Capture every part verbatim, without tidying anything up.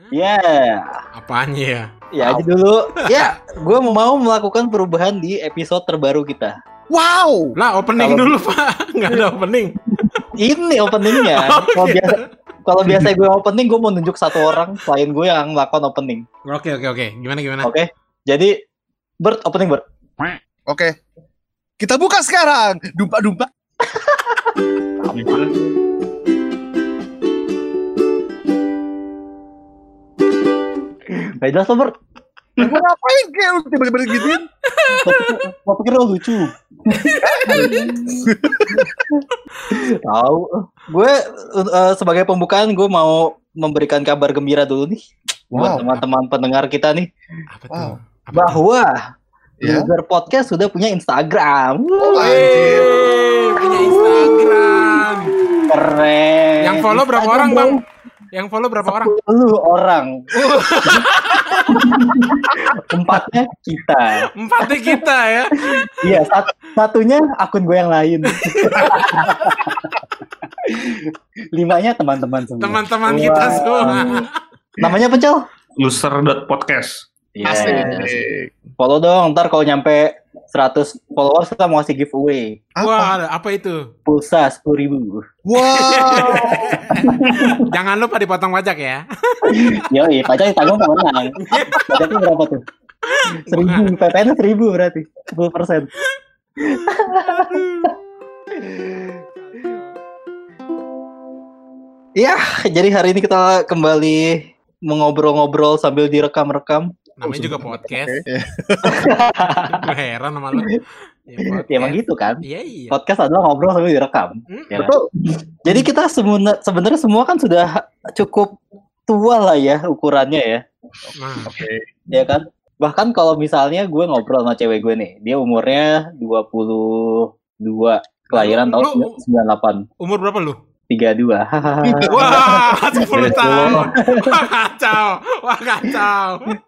Ya. Apanya ya? Ya aja dulu. Ya, gue mau melakukan perubahan di episode terbaru kita. Wow. Lah opening Kalo... dulu Pak, nggak ada opening. Ini openingnya. Oh, kalau gitu. biasa, kalau biasa gue opening, gue mau nunjuk satu orang selain gue yang melakukan opening. Oke oke oke. Gimana gimana? Oke. Jadi Bert opening Bert. Oke. Kita buka sekarang. Dumpa dumpa. Gak jelas lo Bert. Gue ngapain kayak lu tiba-tiba gituin? Gue pikir lo lucu. Tahu. Gue uh, sebagai pembukaan gue mau memberikan kabar gembira dulu nih wow. buat teman-teman pendengar kita nih. Apa tuh? Wow. Apa bahwa yeah. User Podcast sudah punya Instagram. Oh, anjir. Punya Instagram. Keren. Yang follow berapa Instagram orang bang? Yang follow berapa orang? sepuluh orang. Empatnya kita. Empatnya kita ya. Iya, sat- satunya akun gue yang lain. Limanya teman-teman semua. Teman-teman wow. kita semua. Namanya apa, Cel? User.podcast. Yes. Follow dong, ntar kalau nyampe seratus followers kita mau kasih giveaway. Apa? Wah, apa itu? Pulsa sepuluh ribu. Wow. Jangan lupa dipotong pajak ya. Yoi, pajak ditanggung sama menang. Pajaknya berapa tuh? Seribu, P P N seribu berarti sepuluh persen. Ya, jadi hari ini kita kembali mengobrol-ngobrol sambil direkam-rekam. Namanya juga podcast. Gue heran sama lu. Ya, ya emang gitu kan. Iya, iya. Podcast adalah ngobrol sambil direkam. Hmm, ya betul. Jadi kita semua sebenarnya semua kan sudah cukup tua lah ya ukurannya ya. Nah, oke. Okay. Ya kan. Bahkan kalau misalnya gue ngobrol sama cewek gue nih, dia umurnya dua puluh dua, kelahiran tahun sembilan puluh delapan. Umur berapa lu? tiga puluh dua. Wah, sepuluh tahun. Wah, kacau. Wah, kacau.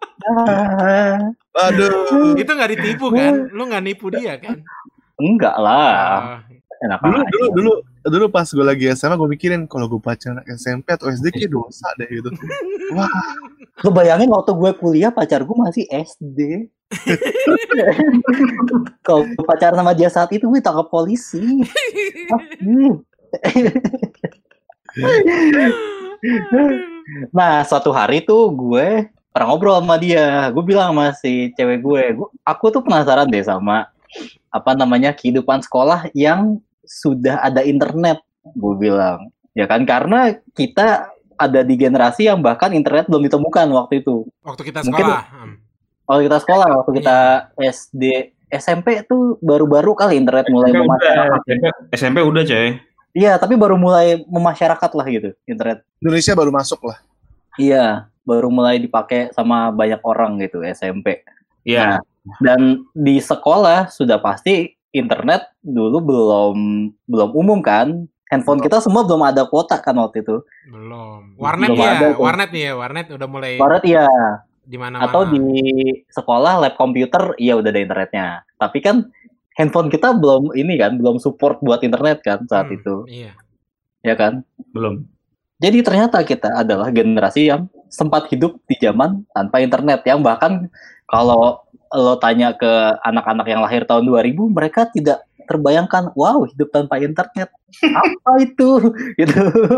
Aduh. Itu gak ditipu kan? Lu gak nipu dia kan? Enggak lah. Uh, Enak dulu, dulu, dulu, dulu pas gue lagi S M A gue mikirin kalau gue pacaran anak S M P atau S D kayak dosa deh gitu. Wah. Lu bayangin waktu gue kuliah pacar gue masih S D. Kalau pacaran sama dia saat itu gue ditangkap polisi. Nah, suatu hari tuh gue pernah ngobrol sama dia. Gue bilang sama si cewek gue, gue aku tuh penasaran deh sama apa namanya kehidupan sekolah yang sudah ada internet. Gue bilang, ya kan, karena kita ada di generasi yang bahkan internet belum ditemukan waktu itu. Waktu kita Mungkin, sekolah. Waktu kita sekolah, waktu kita yeah. S D, S M P tuh baru-baru kali internet mulai memasyarakat. S M P udah, coy. Iya, tapi baru mulai memasyarakat lah gitu, internet. Indonesia baru masuk lah. Iya, baru mulai dipakai sama banyak orang gitu, S M P. Iya. Nah, dan di sekolah sudah pasti internet dulu belum belum umum kan. Handphone kita semua belum ada kuota kan waktu itu. Belum. Warnet belum ya, ada, warnet nih ya, warnet udah mulai. Warnet iya. Di mana-mana. Atau di sekolah lab komputer, iya udah ada internetnya. Tapi kan handphone kita belum ini kan, belum support buat internet kan saat hmm, itu. Iya. Ya kan? Belum. Jadi ternyata kita adalah generasi yang sempat hidup di zaman tanpa internet. Yang bahkan kalau lo tanya ke anak-anak yang lahir tahun dua ribu, mereka tidak terbayangkan, wow, hidup tanpa internet. Apa itu? Gitu.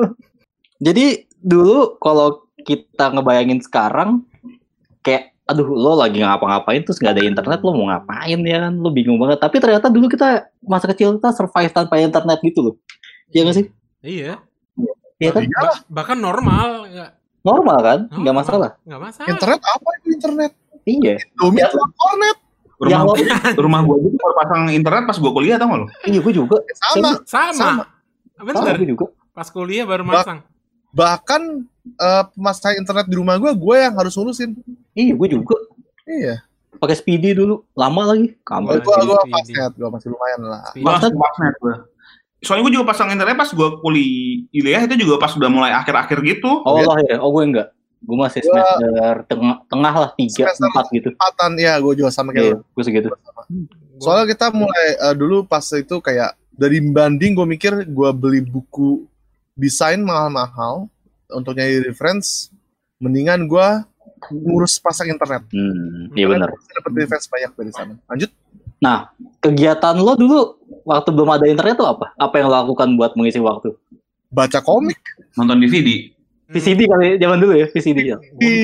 Jadi dulu kalau kita ngebayangin sekarang, kayak aduh lo lagi ngapa-ngapain terus gak ada internet, lo mau ngapain ya kan, lo bingung banget. Tapi ternyata dulu kita masa kecil kita survive tanpa internet gitu loh. Iya gak sih? Iya. Iya kan? Bah- bahkan normal. Normal kan? Normal. Gak masalah. Gak masalah. Internet apa itu internet? Iya. Domi ya. Internet. Rumah gue, rumah gue itu baru pasang internet pas gue kuliah, tau gak lo? Iya, gue juga. Sama. Sama. Sama. Bener. Gue juga. Pas kuliah baru masang. Bahkan uh, pemasangan internet di rumah gue, gue yang harus ngurusin. Iya, gue juga. Iya. Pakai Speedy dulu, lama lagi. Kamu. Gue gue Fastnet, gue masih lumayan lah. Fastnet, Fastnet gue. Soalnya gue juga pasang internet pas gue kuliah itu juga pas udah mulai akhir-akhir gitu. Oh ya. Lahir ya? Oh gue enggak. Gue masih semester tengah, tengah lah, tiga, empat gitu. Empatan, ya gue juga sama kayak. Iya, gue segitu. Soalnya kita mulai uh, dulu pas itu kayak dari banding gue mikir gue beli buku desain mahal-mahal untuk nyari reference mendingan gue ngurus pasang internet. Hmm, iya benar. Dapat defense banyak dari sana. Lanjut. Nah, kegiatan lo dulu waktu belum ada internet tuh apa? Apa yang lo lakukan buat mengisi waktu? Baca komik. Nonton D V D. V C D kali zaman dulu ya, V C D ya.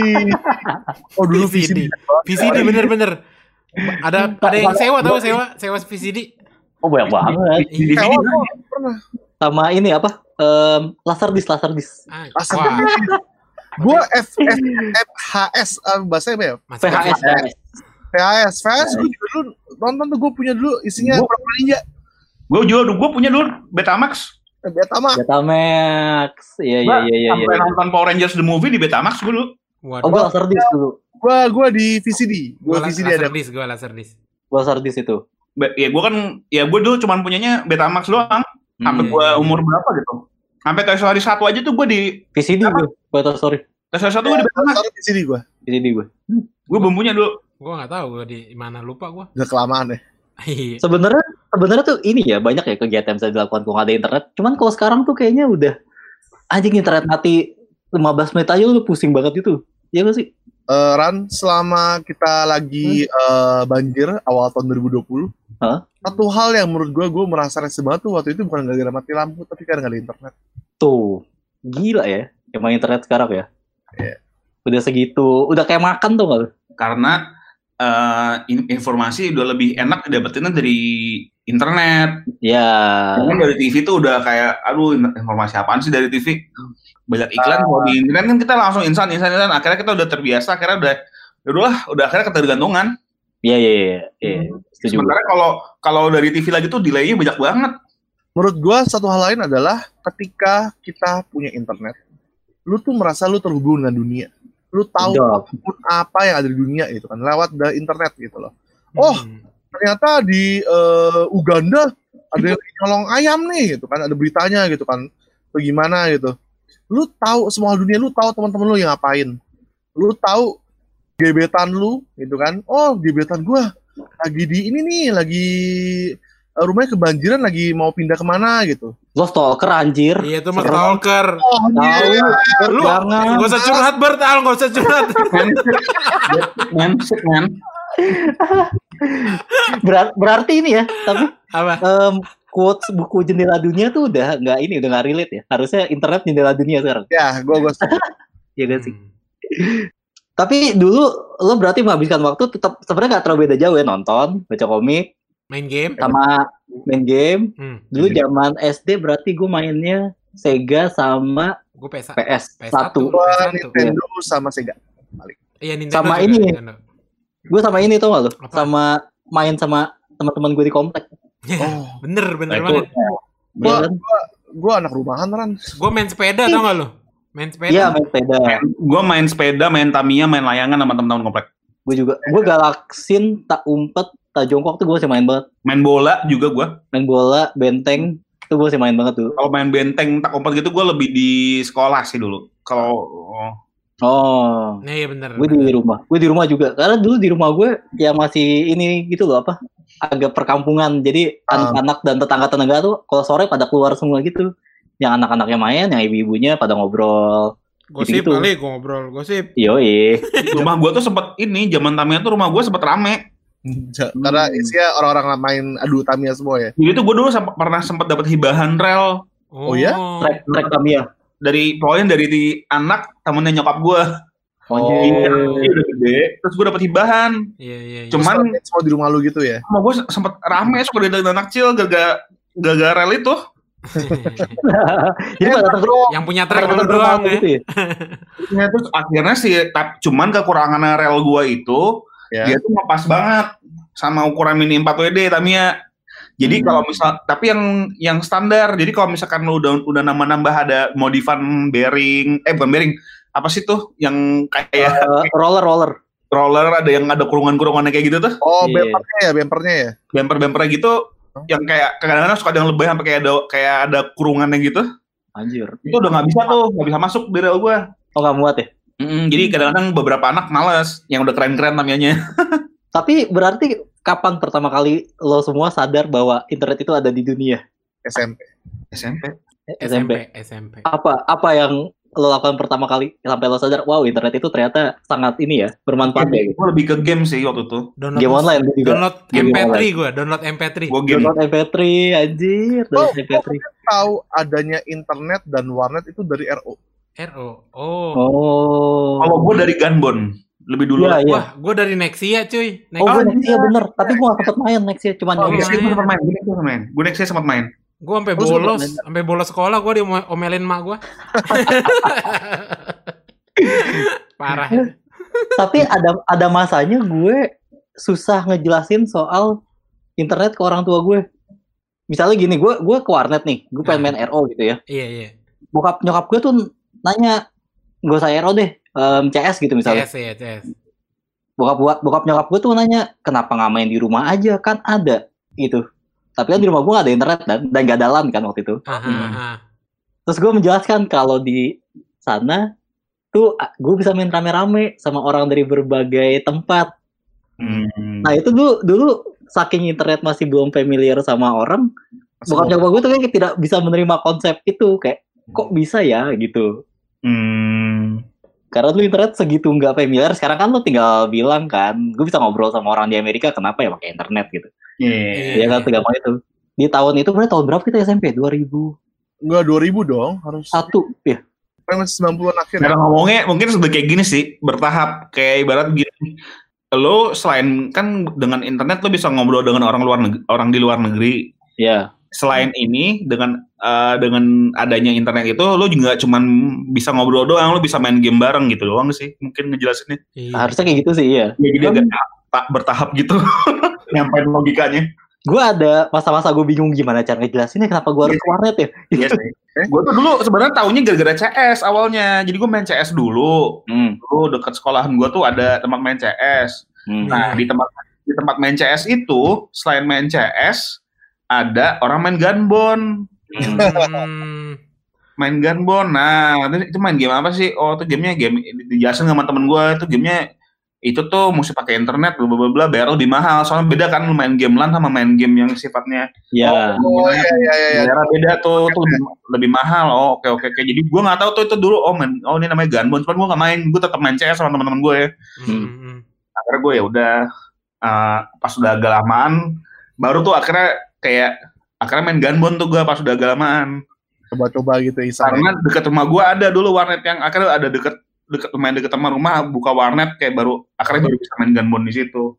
Oh dulu V C D. V C D bener-bener. Ada ada yang sewa tahu sewa sewa V C D. Oh banyak banget. D V D Sewa gua pernah. Sama ini apa? Um, Laserdisc, Laserdisc. Ah, Asal wah, gue F F F H S uh, bahasa apa ya? masih V H S. ada. V H S, V H S gue juga dulu nonton tuh gue punya dulu isinya Gua- Perang Ninja, Gue juga, gue punya dulu Betamax. Betamax. Betamax. Iya iya Gua iya iya. sampai iya. nonton Power Rangers The Movie di Betamax gue dulu. Waduh. Oh, gua Laserdisc dulu. Gue gue di V C D, gue Gua V C D ada. Laserdisc, gua Laserdisc. Gua Laserdisc itu. Be- ya gue kan, ya gue dulu cuman punyanya Betamax doang. Sampai Hmm. gue umur berapa gitu. Sampai Toy Story satu aja tuh gue di V C D gue. Gua tahu sorry. Toy Story satu gue di Betamax. Taruh V C D gue, V C D gue. Gue belum punya dulu. Gua enggak tahu gua di mana, lupa gua. udah kelamaan ya. Iya. Sebenarnya sebenarnya tuh ini ya banyak ya kegiatan yang bisa dilakukan kalau nggak ada internet. Cuman kalau sekarang tuh kayaknya udah anjing internet mati lima belas menit aja lu pusing banget itu. Iya gak sih? Uh, Ran, selama kita lagi uh, banjir awal tahun dua ribu dua puluh, Hah? satu hal yang menurut gue gue merasa resah banget tuh waktu itu bukan gara-gara mati lampu, tapi karena nggak ada internet. Tuh. Gila ya. Emang internet sekarang ya. Iya. Udah segitu. Udah kayak makan tuh nggak lu? Karena eh, in- informasi udah lebih enak didapetinnya dari internet. Ya. Kan dari T V tuh udah kayak, aduh in- informasi apaan sih dari T V? Banyak iklan. Kalau di internet kan kita langsung instan, instan, instan. Akhirnya kita udah terbiasa. Akhirnya udah, udah lah, udah akhirnya ketergantungan. Iya iya iya. Iya. Setuju. Sementara kalau kalau dari T V lagi tuh delay-nya banyak banget. Menurut gue satu hal lain adalah ketika kita punya internet, lu tuh merasa lu terhubung dengan dunia. Lu tahu Udah. apapun apa yang ada di dunia itu kan lewat dari internet gitu loh. Oh, Hmm. ternyata di eh, Uganda ada yang nyolong ayam nih gitu kan, ada beritanya gitu kan, bagaimana gitu. Lu tahu semua dunia, lu tahu teman-teman lu yang ngapain, lu tahu gebetan lu gitu kan. Oh, gebetan gua lagi di ini nih, lagi eh, rumahnya kebanjiran, lagi mau pindah kemana gitu. Lo stalker anjir. Iya itu mah Serem. stalker. Oh, Tahu. Lu Jangan. gak usah curhat Bert, Al, gak usah curhat. Man, shit, man. Berar- berarti ini ya. Tapi Apa? em, quotes buku Jendela Dunia tuh udah nggak ini, udah nggak relate ya. Harusnya internet Jendela Dunia sekarang. ya, gua gua Iya gak sih? Hmm. Tapi dulu lo berarti menghabiskan waktu tetap sebenarnya nggak terlalu beda jauh ya, nonton, baca komik, Main game. sama main game. Hmm. Dulu zaman S D berarti gue mainnya Sega sama Gue P S. P S P S satu. satu. gua P S satu. Nintendo sama Sega. Iya Nintendo Sama juga, ini. Nintendo. Gue sama ini tau gak lo? Apa? Sama main sama teman-teman gue di komplek. Oh, Bener, bener Nah, itu banget. Iya kan? gua anak rumahan Ran. Gue main sepeda tau gak lo? Main sepeda. Iya main sepeda. Gue main sepeda, main Tamiya, main layangan sama teman-teman komplek. Gue juga. Gue galaksin, tak umpet, tak jongkok tuh gue masih main banget. Main bola juga gue. Main bola, benteng, tuh gue masih main banget dulu. Kalau main benteng, tak umpet gitu gue lebih di sekolah sih dulu. Kalau Oh, Nah, iya bener. gue di rumah. Gue di rumah juga. Karena dulu di rumah gue yang masih ini gitu loh apa? Agak perkampungan. Jadi Ah. anak-anak dan tetangga-tetangga tuh kalau sore pada keluar semua gitu. Yang anak-anaknya main, yang ibu-ibunya pada ngobrol. Gosip gitu-gitu. kali, gue ngobrol. Gosip. Yoi. rumah gue tuh sempet ini, zaman Tamiya tuh rumah gue sempet rame. Karena isinya orang-orang main adu Tamiya semua ya. Jadi tuh gue dulu semp- pernah sempet dapat hibahan rel Oh, ya? Trek trek Tamiya. dari pokoknya dari di anak temennya nyokap gue. Oh. Dia udah gede, terus gue dapet hibahan. Iya, iya, iya. Cuman Terus semua di rumah lu gitu ya. rumah gue sempet rame suka dari anak kecil gara-gara gara-gara rel itu. Jadi pada datang ke Yang punya trek pada lu datang ke doang rumah ya. gitu ya. Ya, terus akhirnya sih, tap- cuman kekurangan rel gue itu, Ya. dia tuh nggak pas banget sama ukuran mini empat W D Tamiya. Jadi Hmm. kalau misal, tapi yang yang standar. Jadi kalau misalkan lu udah udah nambah-nambah ada modifan bearing, eh bukan bearing, apa sih tuh yang kayak Eh, roller roller. roller ada yang ada kurungan-kurungannya kayak gitu tuh, Oh, Iya. bempernya ya, bempernya ya. bumper-bumpernya gitu, yang kayak kadang-kadang suka ada yang lebih sampai kayak ada kayak ada kurungannya gitu. Anjir. Itu udah nggak bisa tuh, nggak bisa masuk di rel gue. Oh nggak muat ya? Mm-mm, jadi kadang-kadang beberapa anak males yang udah keren-keren namanya. Tapi berarti kapan pertama kali lo semua sadar bahwa internet itu ada di dunia? S M P. S M P. S S M M P. P, S M P. Apa apa yang lo lakukan pertama kali sampai lo sadar, wow internet itu ternyata sangat ini ya bermanfaat ya? Gitu. Gue lebih ke game sih waktu itu. Download, Game online juga. download Game M P tiga online. gue, download M P tiga. Gue game. Download M P tiga anjir, Oh, download M P tiga. tahu adanya internet dan warnet itu dari R O. R O. Oh. Oh. Kalau gue dari Gunbon lebih dulu. Iya, iya. Wah, gue dari Nexia cuy. Oh, gue Nexia. Nexia bener, tapi gue gak sempet main Nexia, cuman Oh, Iya, Nexia iya. gue sempat main. Gue Nexia sempat main. Gue Nexia sempat main. Gue sampai Terus bolos, gimana? sampai bolos sekolah gue diomelin mak gue. Parah. Tapi ada ada masanya gue susah ngejelasin soal internet ke orang tua gue. Misalnya gini, gue gue ke warnet nih, gue pengen main R O gitu ya. Iya, iya. Bokap nyokap gue tuh nanya, gak usah R O deh, um, C S gitu misalnya. C S ya, C S. Bokap gua, bokap nyokap gue tuh nanya, kenapa nggak main di rumah aja, kan ada gitu. Tapi kan di rumah gue nggak ada internet dan dan nggak ada LAN kan waktu itu. Aha, Hmm. aha. Terus gue menjelaskan kalau di sana tuh gue bisa main rame-rame sama orang dari berbagai tempat. Hmm. Nah itu dulu dulu saking internet masih belum familiar sama orang, bokap nyokap gue tuh kayak tidak bisa menerima konsep itu, kayak kok bisa ya gitu. Hmm. Karena lu internet segitu nggak familiar, sekarang kan lu tinggal bilang kan, gue bisa ngobrol sama orang di Amerika, kenapa ya pakai internet gitu. Yeah. Iya kan, segampang itu. Di tahun itu berarti tahun berapa kita S M P? dua ribu Enggak dua ribu dong, harus satu ya. kan masih sembilan puluhan akhir. Cara ngomongnya mungkin sudah kayak gini sih, bertahap. Kayak ibarat gini. Lo selain kan dengan internet lo bisa ngobrol dengan orang luar negeri, orang di luar negeri. Iya. Selain ini dengan uh, dengan adanya internet itu lo juga cuman bisa ngobrol doang, lo bisa main game bareng gitu doang sih. Mungkin ngejelasinnya. Iya. Harusnya kayak gitu sih, iya. Ya, jadi agak tak bertahap gitu nyampein logikanya. Gue ada masa-masa gue bingung gimana cara ngejelasinnya, kenapa gue harus ke warnet ya? Iya sih. Gue tuh dulu sebenarnya taunya gara-gara C S awalnya. Jadi gue main C S dulu. Hmm. Dulu dekat sekolahan gue tuh ada tempat main C S. Hmm. Nah, di tempat di tempat main C S itu selain main C S ada orang main gunbon. Hmm. Main gunbon. Nah, itu main game apa sih? Oh, itu gamenya game dijelasin sama temen gue. Itu gamenya itu tuh mesti pakai internet, bla bla bla, bayar lebih mahal. Soalnya beda kan main game LAN sama main game yang sifatnya Ya. Oh iya iya iya. iya. daerah beda tuh, tuh lebih, lebih mahal. Oh, oke oke oke. Jadi gue nggak tahu tuh itu dulu. Oh, main, oh ini namanya gunbon. Cuman gue nggak main. Gue tetap main C S sama teman-teman gue ya. Hmm. Akhirnya gue ya udah uh, pas udah agak lamaan, baru tuh akhirnya kayak akhirnya main gunbon tuh gue pas udah agak lamaan. Coba-coba gitu Isa. Karena dekat rumah gue ada dulu warnet yang akhirnya ada deket deket lumayan deket sama rumah buka warnet kayak baru akhirnya baru bisa main gunbon di situ.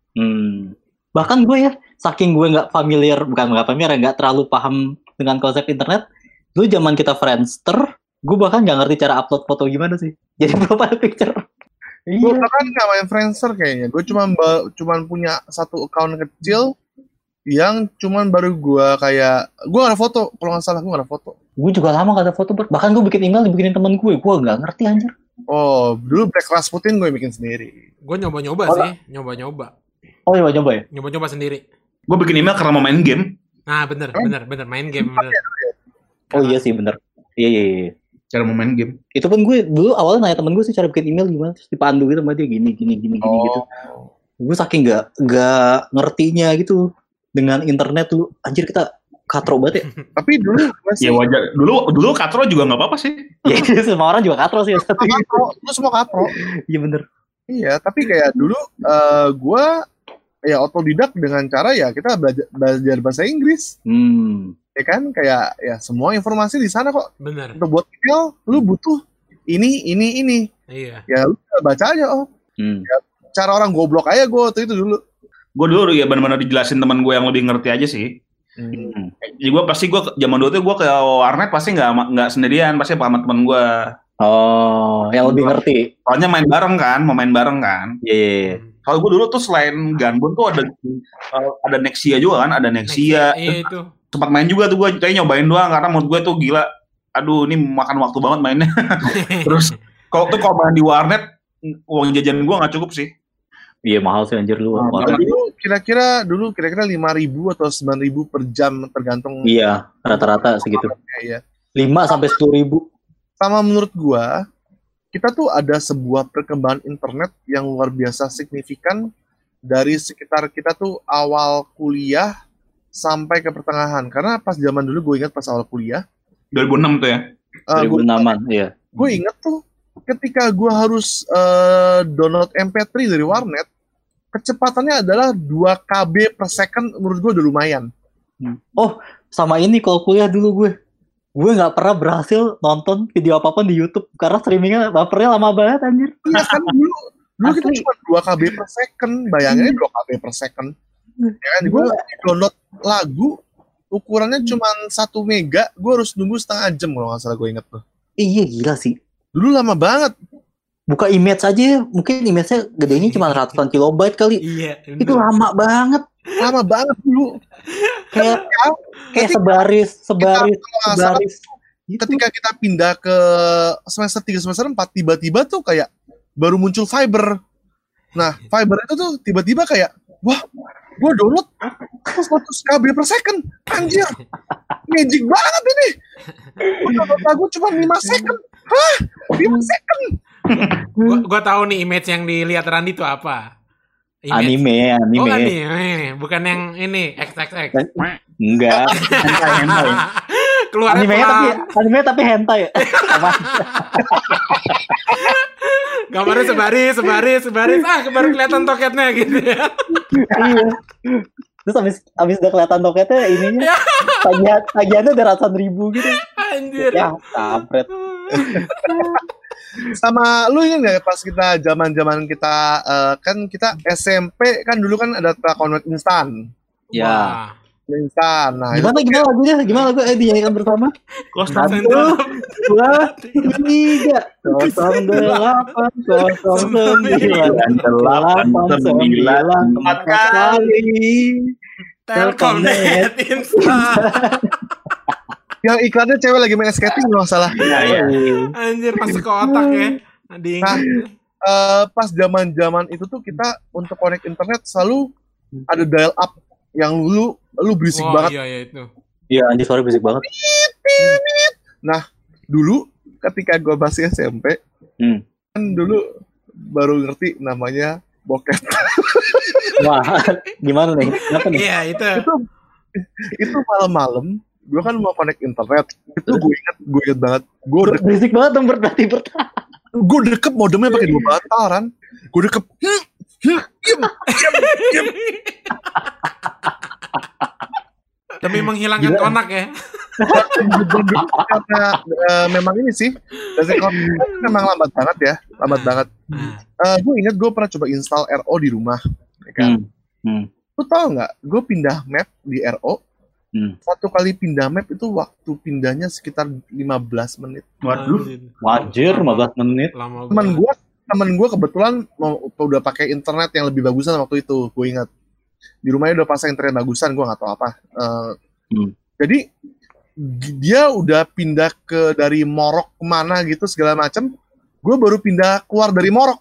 Hmm. Bahkan gue ya, saking gue nggak familiar, bukan nggak familiar, nggak terlalu paham dengan konsep internet. Dulu zaman kita Friendster, gue bahkan nggak ngerti cara upload foto gimana sih. Jadi profile picture. Gue Iya. bahkan nggak main Friendster kayaknya. Gue cuma cuman punya satu account kecil yang cuman baru gue kayak gue nggak ada foto. Kalau nggak salah gue nggak ada foto. Gue juga lama gak ada foto, Bert. Bahkan gue bikin email dibikinin temen gue. Gue nggak ngerti anjir. Oh, dulu Black Rasputin gue bikin sendiri. Gue nyoba-nyoba Oh, sih, nyoba-nyoba. Oh iya, coba ya. Nyoba-nyoba sendiri. Gue bikin email karena mau main game. Nah, bener, bener, bener. Main game, bener. Oh iya sih, bener. Iya, iya, iya. Cara mau main game. Itu pun gue dulu awalnya nanya temen gue sih cara bikin email gimana, terus dipandu gitu sama dia gini gini gini gini gitu. Gue saking nggak nggak ngertinya gitu dengan internet lu, anjir kita katro banget ya. Tapi dulu masih Ya wajar. Dulu dulu katro juga nggak apa-apa sih. Ya semua orang juga katro sih. Tapi katro, lu semua katro. iya bener. Iya, tapi kayak dulu uh, gue ya otodidak dengan cara ya kita belajar, belajar bahasa Inggris. Hmm. Ya kan, kayak ya semua informasi di sana kok. Bener. Untuk buat email, lu butuh ini, ini, ini. Iya. Ya lu baca aja, oh. Hmm. Cara orang goblok aja gue waktu itu dulu. Gue dulu ya benar-benar dijelasin teman gue yang lebih ngerti aja sih. Hmm. Jadi gue pasti gue zaman dulu tuh gue ke warnet pasti nggak nggak sendirian, pasti sama teman gue. Oh, yang lebih ngerti. Soalnya main bareng kan, mau main bareng kan. Iya. Yeah, yeah. Kalau gue dulu tuh selain gunbon tuh ada uh, ada Nexia juga kan, ada Nexia. Iya itu. Sempat main juga tuh gue, kayak nyobain doang karena menurut gue tuh gila. Aduh, ini makan waktu banget mainnya. Terus kalau tuh kalau main di warnet, uang jajan gue nggak cukup sih. Iya mahal sih anjir lu. Nah, warnet. Dulu kira-kira dulu kira-kira lima ribu atau sembilan ribu per jam tergantung. Iya, rata-rata segitu. Ya. lima sampai sepuluh ribu. Sama menurut gua, kita tuh ada sebuah perkembangan internet yang luar biasa signifikan dari sekitar kita tuh awal kuliah sampai ke pertengahan. Karena pas zaman dulu gue ingat pas awal kuliah, dua ribu enam tuh ya. Uh, dua ribu enam-an, iya. Gue inget tuh ketika gue harus uh, download M P tiga dari warnet, kecepatannya adalah dua kilobyte per second, menurut gue udah lumayan. Oh, sama ini kalau kuliah dulu gue. Gue nggak pernah berhasil nonton video apapun di YouTube karena streamingnya bapernya lama banget anjir. Iya kan dulu dulu kita cuma dua kilobyte per second, bayanginnya dua kilobyte per second. Ya kan, gue download lagu ukurannya cuma satu mega, gue harus nunggu setengah jam kalau nggak salah gue inget tuh. Iya gila sih. Dulu lama banget. Buka image aja, mungkin image-nya gedenya cuma ratusan kilobyte kali. Iya. Itu lama banget. Lama banget dulu. Kayak kayak sebaris, sebaris, sebaris. Ketika kita pindah ke semester tiga, semester empat, tiba-tiba tuh kayak baru muncul fiber. Nah, fiber itu tuh tiba-tiba kayak, wah, gue download seratus kilobyte per second. Anjir, magic banget ini. Gue download lagu cuma lima second. Hah? lima second? Gua, gua tahu nih image yang dilihat Randy itu apa. Image. Anime, anime. Oh, anime. Bukan yang ini X X X. Enggak. Hentai. Keluarnya Anime tapi anime tapi hentai. Apa? Gambarnya sebaris, sebaris, sebaris. Ah, baru kelihatan toketnya gitu ya. Iya. Terus abis abis udah kelihatan toketnya ininya tagihan tagihannya udah ratusan ribu gitu. Anjir. Ya, kampret. Sama lu ingat nggak pas kita zaman-zaman kita uh, kan kita S M P kan dulu kan ada Telkomnet instan. Ya. Instan. Nah, Gimana itu gimana lagunya? Gimana lagu eh dinyanyikan bersama? Satu, dua, tiga, kosong delapan, kosong sembilan, delapan sembilan, empat kali. Telkomnet instan. yang iklannya cewek lagi main skating nggak salah. Iya, iya. Anjir, masuk ke otak ya. Di Nah, uh, pas zaman-zaman itu tuh kita untuk connect internet selalu ada dial up yang lu lu berisik oh, banget. Iya, iya itu. Iya, anjir suara berisik banget. Nah, dulu ketika gue masih S M P, Hmm. kan dulu baru ngerti namanya bokep. Wah, gimana nih? Kenapa nih? Iya, itu. itu itu malam-malam gue kan mau connect internet, itu gue inget gue inget banget gue Ber- deket, berisik banget dong berarti bertahan. gue deket modemnya pakai dua bataran, gue deket hmm, hmm, diem, diem, diem. Demi menghilangkan Gila. konak ya. Karena uh, memang ini sih basic computer memang lambat banget ya, lambat banget. Uh, gue inget gue pernah coba install R O di rumah, ya kan? Hmm. Hmm. Lu tau nggak? Gue pindah map di R O. Hmm. Satu kali pindah map itu waktu pindahnya sekitar lima belas menit. Waduh. Wajar lima belas menit. Lama Temen gue, temen gue kebetulan mau, udah pakai internet yang lebih bagusan waktu itu. Gue ingat di rumahnya udah pasang internet bagusan. Gue nggak tahu apa. Uh, Hmm. Jadi dia udah pindah ke dari Morok kemana gitu segala macam. Gue baru pindah keluar dari Morok.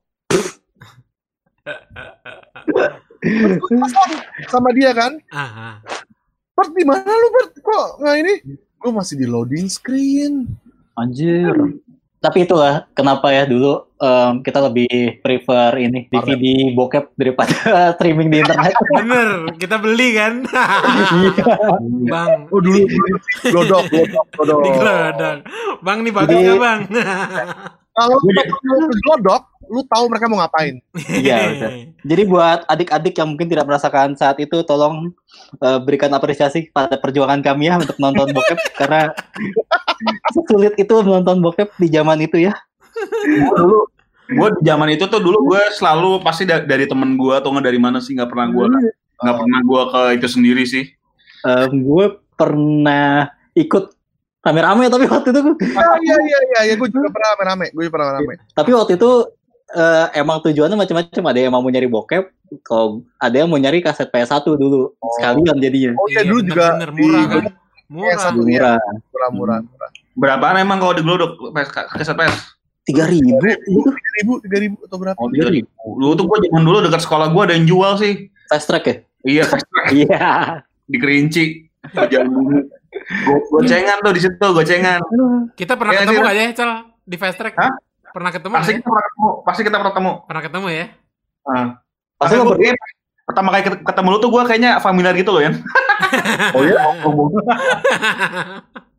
Sama dia kan. Aha. Bert, di mana lu Bert? Kok nggak ini? Gue masih di loading screen. Anjir. Tapi itulah kenapa ya dulu um, kita lebih prefer ini D V D bokep daripada streaming di internet. Bener, kita beli kan. Bang, Oh dulu glodok, glodok, glodok. di gelodok. Bang nih bagus Jadi- nggak bang? Kalau lu ke glodok, lu tahu mereka mau ngapain. Iya, betul. Jadi buat adik-adik yang mungkin tidak merasakan saat itu, tolong uh, berikan apresiasi pada perjuangan kami ya untuk nonton bokep karena sulit itu menonton bokep di zaman itu ya. Gua dulu gue di zaman itu tuh dulu gue selalu pasti da- dari temen gue atau nggak dari mana sih, nggak pernah gue nggak pernah gue ke itu sendiri sih. Um, gue pernah ikut rame-rame tapi waktu itu Ah, iya iya iya, ya, gue juga pernah rame-rame, gue juga pernah rame. tapi waktu itu uh, emang tujuannya macam-macam. Ada yang mau nyari bokep, kalau ada yang mau nyari kaset P S satu dulu sekalian jadinya. Oh iya, Iya, dulu bener, juga bener, di murah kan? Murah. satu Murah, murah-murah. Berapaan emang kalau di Glodok keset P S? tiga ribu itu Tiga ribu, tiga ribu atau berapa? Oh, tiga ribu. Dulu tuh gue zaman dulu dekat sekolah gue ada yang jual sih. fast track ya. Iya, fast track Iya. di Kerinci. Zaman dulu. Go- Gocengan tuh di situ, gocengan. Kita pernah Ya, ketemu dia- gak ya, Cal? Di Fast Track? Hah? Pernah ketemu Pasti nggak ya? kita pernah ketemu, pasti kita pernah ketemu. Pernah ketemu ya? Nah, Pasti Tapi lo gua berdua. kayak pertama kali ket- ketemu lu tuh gue kayaknya familiar gitu loh ya. Oh iya,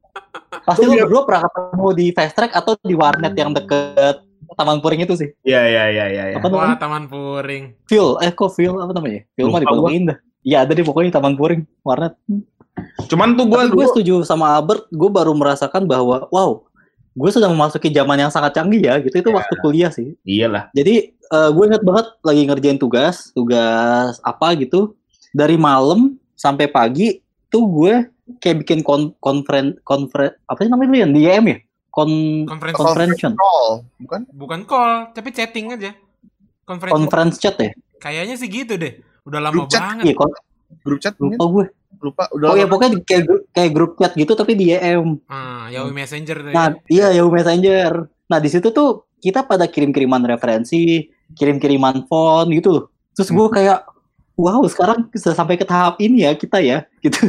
Pasti lu berdua pernah ketemu di Fast Track atau di warnet yang deket Taman Puring itu sih. Iya iya iya iya. Ya. Apa Wah, namanya? Taman Puring. Phil, eh kok Phil apa namanya? Phil mah di Lupa Pondok Indah. Iya ada di pokoknya Taman Puring warnet. Cuman tuh gue Tapi gue setuju sama Albert, gue baru merasakan bahwa wow, gue sedang memasuki zaman yang sangat canggih ya, gitu itu Ya. waktu kuliah sih. iyalah. Jadi uh, gue inget banget lagi ngerjain tugas, tugas apa gitu, dari malam sampai pagi tuh gue kayak bikin kon konferen konferen apa sih namanya dulu ya, D M ya, kon Conference conference Call, bukan? bukan call, tapi chatting aja. Conference. conference chat ya, Kayaknya sih gitu deh. Udah lama Group chat, banget. iya kon Grup chat mungkin? lupa gue. Lupa. Udah Oh ya lama. pokoknya kayak gru- kayak grup chat gitu tapi di D M. Ah, Yahoo Messenger tuh. Nah, Ya. iya Yahoo Messenger. Nah, di situ tuh kita pada kirim-kiriman referensi, kirim-kiriman font gitu loh. Terus gue kayak, wow, sekarang bisa sampai ke tahap ini ya kita ya, gitu.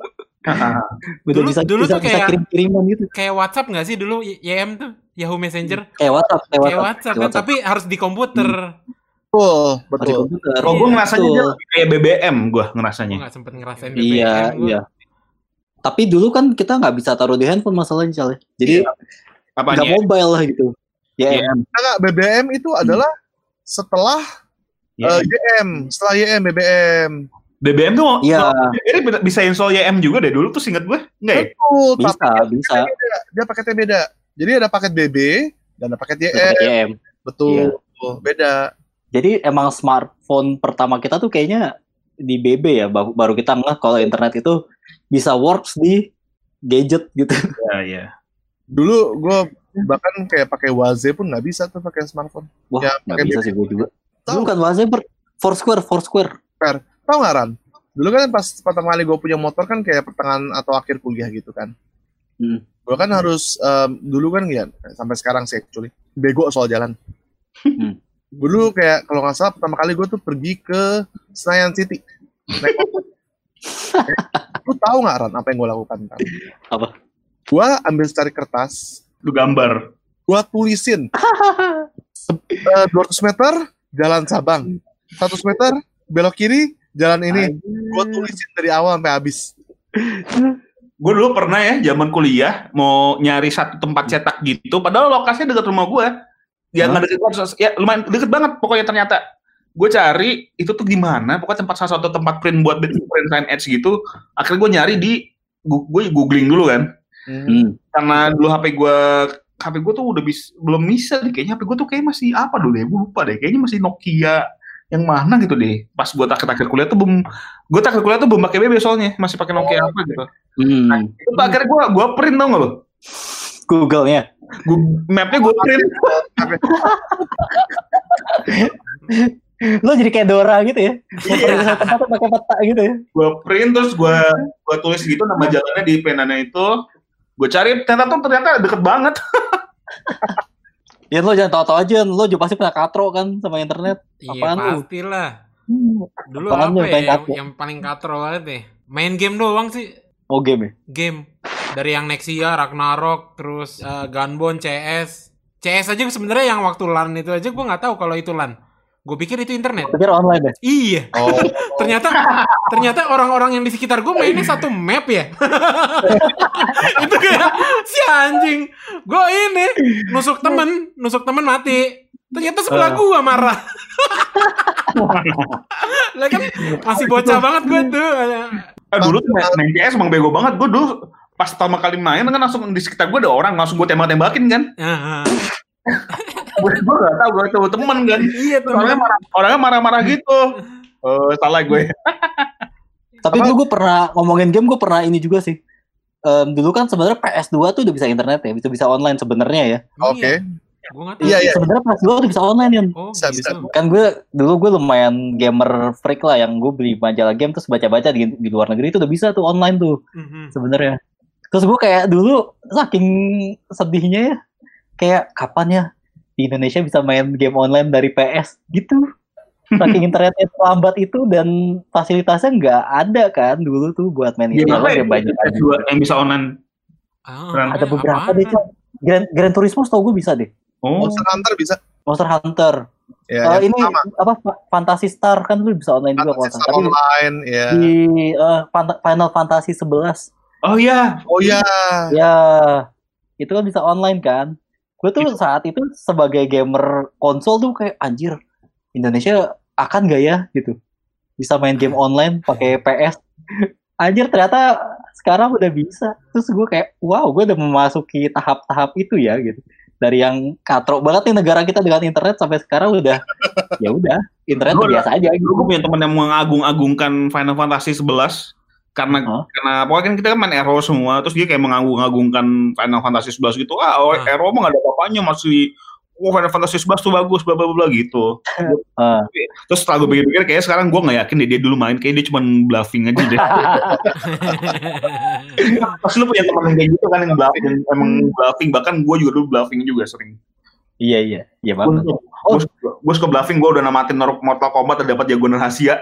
Udah Dulu- bisa dulu bisa, tuh bisa kayak- kirim-kiriman gitu. Kayak WhatsApp nggak sih dulu Y M tuh? Yahoo Messenger. Kayak WhatsApp, kayak Kayak WhatsApp. WhatsApp kayak kan, WhatsApp. tapi harus di komputer. Betul, Harus di betul. komputer. Oh, gue ngerasanya dia Betul. lebih kayak B B M gue Gue ngerasanya. nggak sempet ngerasain B B M. Iya, gua. iya. Tapi dulu kan kita nggak bisa taruh di handphone masalahnya, Cal. Jadi Apanya? nggak mobile lah gitu. Ya, Iya. Enggak, B B M itu adalah setelah Iya. eh, Y M, setelah Y M B B M. B B M tuh Iya. ini bisa install Y M juga deh dulu tuh singkat gue. Enggak ya? Betul, bisa, tapi bisa. dia beda. Dia paketnya beda. Jadi ada paket B B dan ada paket Y M. Pakai Y M. Betul, beda. Jadi emang smartphone pertama kita tuh kayaknya di B B ya, ba- baru kita ngeh kalau internet itu bisa works di gadget gitu. Iya, iya. Dulu gue bahkan kayak pakai Waze pun nggak bisa tuh pakai smartphone. Wah, Ya, nggak pakai bisa B B. sih gue juga. Tahu. Dulu kan WhatsApp ber- Foursquare, Foursquare. Tahu nggak Ran? Dulu kan pas pertama kali gue punya motor kan kayak pertengahan atau akhir kuliah gitu kan. Hmm. Gue kan harus em, dulu kan ya sampai sekarang sih actually bego soal jalan. Hmm. Dulu kayak kalau nggak salah pertama kali gue tuh pergi ke Senayan City. Naik motor. Lu tahu nggak Ran apa yang gue lakukan? Ran? Apa? Gue ambil secari kertas, Lu gambar. gue tulisin eh, dua ratus meter jalan Sabang, seratus meter belok kiri jalan ini. Gue tulisin dari awal sampai habis. Gue dulu pernah ya zaman kuliah mau nyari satu tempat cetak gitu, padahal lokasinya dekat rumah gue. Ya nggak deket banget, ya lumayan deket banget pokoknya ternyata. Gue cari itu tuh di mana, pokoknya tempat salah satu tempat print buat print sign edge gitu. Akhirnya gue nyari di, gue googling dulu kan. Hmm. Karena dulu H P gue, H P gue tuh udah bis, belum bisa deh kayaknya. H P gue tuh kayak masih apa dulu ya, gue lupa deh. Kayaknya masih Nokia yang mana gitu deh. Pas gue akhir-akhir kuliah tuh belum, gue akhir kuliah tuh belum pakai B B soalnya, masih pakai Nokia apa gitu. Hmm. Itu tuh akhirnya gue gue print tau nggak lo? Google-nya. Gue mapnya gue print. Lo jadi kayak Dora gitu ya. Mau pergi ke satu tempat pakai peta gitu ya. Gue print terus gue gue tulis gitu nama jalannya di penanya itu. Gue cari ternyata tuh ternyata deket banget. Ya lo jangan tahu-tahu aja, lo juga pasti pernah katro kan sama internet. Iya, Apaan lu? pastilah. Dulu Apaan lu apa yang ya paling yang, katro? yang paling katro banget deh? Main game doang sih. Oh game ya? Game. Dari yang Nexia, Ragnarok, terus eh, Gunbone, C S. C S aja sebenarnya yang waktu LAN itu aja gue nggak tahu kalau itu LAN. Gue pikir itu internet. Pikir online ya? Iya. Oh, Ternyata ternyata orang-orang yang di sekitar gue mainnya satu map ya. Itu kayak si anjing. Gue ini nusuk temen, nusuk temen mati. Ternyata sebelah gue marah. Lah kan masih bocah banget gue tuh. Eh, dulu tuh main, main C S emang bego banget. Gue dulu pas pertama kali main kan langsung di sekitar gue ada orang langsung gue tembak-tembakin kan. Ah, Gue gue gak tau gue tuh temen kan. iya tuh. Orangnya marah, orangnya marah-marah gitu. Oh salah gue. Tapi Apa? dulu gue pernah ngomongin game, gue pernah ini juga sih. Em, dulu kan sebenarnya P S dua tuh udah bisa internet ya, bisa bisa online sebenarnya ya. oke. Gue nggak tahu. Iya, iya. Sebenarnya P S dua tuh bisa online ya. Oh, Bisa, gitu. bisa. Kan gue dulu gue lumayan gamer freak lah, yang gue beli majalah game terus baca-baca di, di luar negeri itu udah bisa tuh online tuh Mhm. sebenarnya. Terus gue kayak dulu saking sedihnya ya, kayak kapan ya di Indonesia bisa main game online dari P S gitu. Saking internetnya lambat itu dan fasilitasnya nggak ada kan dulu tuh buat main Game itu. apa ya? Ada banyak P S dua yang bisa online. Ah, ada beberapa apaan? deh, Cok. Grand, Grand Turismo tau gue bisa deh. Oh. Monster Hunter bisa. Monster Hunter. Ya, Eh, yang ini pertama. apa Fa- Fantasy Star kan lu bisa online juga kalau Fantasy nggak Star salah. Tapi Online, ya. di eh, Fanta- Final Fantasy sebelas Oh iya. Oh iya. Ya, itu kan bisa online kan. Gue tuh saat itu sebagai gamer konsol tuh kayak anjir, Indonesia akan gak ya gitu bisa main game online pakai P S. Anjir ternyata sekarang udah bisa. Terus gue kayak wow, gue udah memasuki tahap-tahap itu ya gitu. Dari yang katrok banget nih negara kita dengan internet sampai sekarang udah ya udah internet Gua biasa aja gitu. Gue punya teman yang mengagung-agungkan Final Fantasy sebelas karena Huh? karena pokoknya kan kita kan main Arrow semua, terus dia kayak mengagung-agungkan Final Fantasy sebelas gitu. Ah, oh, Huh. Arrow mah gak ada apa-apanya, masih oh Final Fantasy sebelas tuh bagus bla bla bla gitu. Uh. Terus setelah gue pikir-pikir kayak sekarang gue nggak yakin deh dia dulu main, kayak dia cuma bluffing aja deh. Pas lu punya teman yang kayak gitu kan yang bluffing, emang bluffing, bahkan gue juga dulu bluffing juga sering. Iya iya iya banget. Oh, gue suka bluffing, gue udah namatin Mortal Kombat dan dapat jagoan rahasia.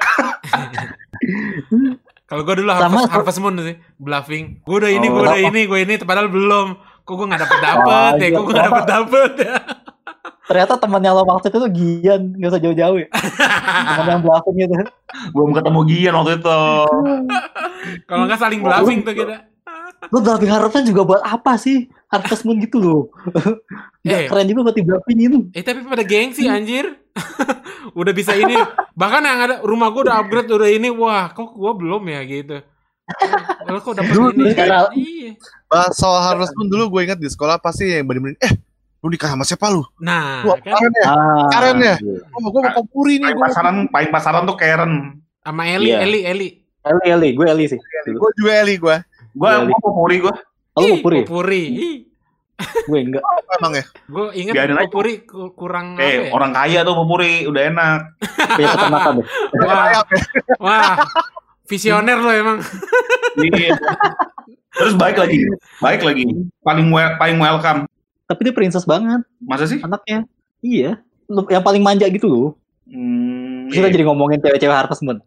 Kalau gue dulu Sama- Harvest, Harvest Moon sih, bluffing. Gue udah ini, Oh. gue udah ini, gue ini, padahal belum. Kok gue nggak dapet dapet Oh, ya, iya. kok gue nggak dapet dapet ya. Ternyata teman yang lo maksud itu Gian, nggak usah jauh-jauh ya. Teman yang bluffing itu. Belum ketemu Gian waktu itu. Kalau nggak saling bluffing tuh kita. Lo bluffing Harvest juga buat apa sih? Harvest Moon gitu loh. Nggak Eh. keren juga buat di bluffing itu. Eh tapi pada gengsi anjir. Udah bisa ini. Bahkan yang ada rumah gue udah upgrade udah ini. Wah kok gue belum ya gitu. Lo kok dapet Dulu- ini? sekarang- Iya. Bahas soal Harvest Moon dulu gue ingat di sekolah pasti yang bener-bener eh lu nikah sama siapa lu? Nah Lu kan karen ya? Ah, Karen ya? iya. Oh, gue mau kompuri nih. Paling pasaran, paling pasaran tuh Karen. sama Eli, Iya. Eli, Eli. Eli, Eli, gue Eli sih. Gue juga Eli gue. Gue Iya, gue popuri gue. Kalau Ih, mau puri, Popuri. Ih, gue enggak. Apa emang ya? gue inget Biarin aja. Popuri ku- kurang apa Kayak ya? orang kaya tuh popuri, udah enak. Punya peternakan deh. Wah, Ayam ya? wah, visioner lo emang. Iya. Terus baik lagi, baik lagi. Paling wel- paling welcome. Tapi dia princess banget Masa sih? anaknya. Iya. Lu- Yang paling manja gitu loh. Hmm, Terus kita iya. jadi ngomongin cewek-cewek Harvest Moon.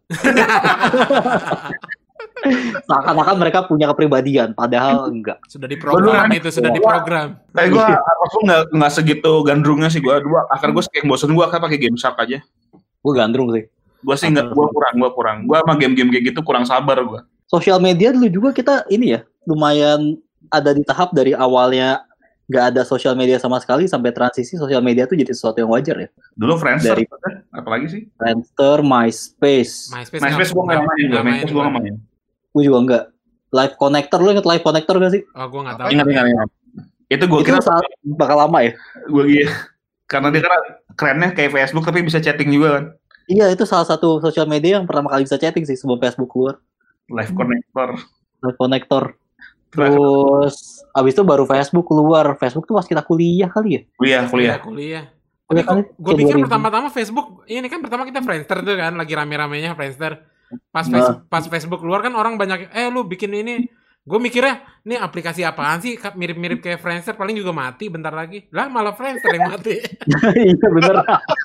Seakan-akan mereka punya kepribadian, padahal enggak. Sudah diprogram Beneran. itu, sudah diprogram. Tapi gue aku nggak nggak segitu gandrungnya sih gue. Dua, akhirnya gue kayak bosen gue kan pakai game shark aja. Gue gandrung sih. Gue sih nggak, gue kurang, gue kurang. Gue sama game-game kayak gitu kurang sabar gue. Sosial media dulu juga kita ini ya, lumayan ada di tahap dari awalnya nggak ada sosial media sama sekali sampai transisi sosial media tuh jadi sesuatu yang wajar ya. Dulu Friendster, Dari- apalagi sih? Friendster, MySpace, MySpace, MySpace gue nggak main, juga. MySpace gue nggak main. gue juga enggak. Live Connector, lu inget Live Connector gak sih? Oh, gue nggak tahu. Ingat ingat ingat. Itu gue Itu kira saat bakal lama ya. gue gitu. Karena dia kan kerennya kayak Facebook tapi bisa chatting juga kan. Iya, itu salah satu sosial media yang pertama kali bisa chatting sih sebelum Facebook keluar. Live connector. Live Connector. Terus abis itu baru Facebook keluar. Facebook tuh pas kita kuliah kali ya? Kuliah, kuliah. Kuliah, kuliah. Kuliah Tapi kali. gue Kayak pikir dua ribu. pertama-tama Facebook, ini kan pertama kita Friendster tuh kan, lagi rame-ramenya Friendster. Pas, Nah. face- pas Facebook keluar kan orang banyak, eh lu bikin ini. Gue mikirnya, ini aplikasi apaan sih? Ka- Mirip-mirip kayak Friendster, paling juga mati bentar lagi. Lah malah Friendster yang mati. Iya bener.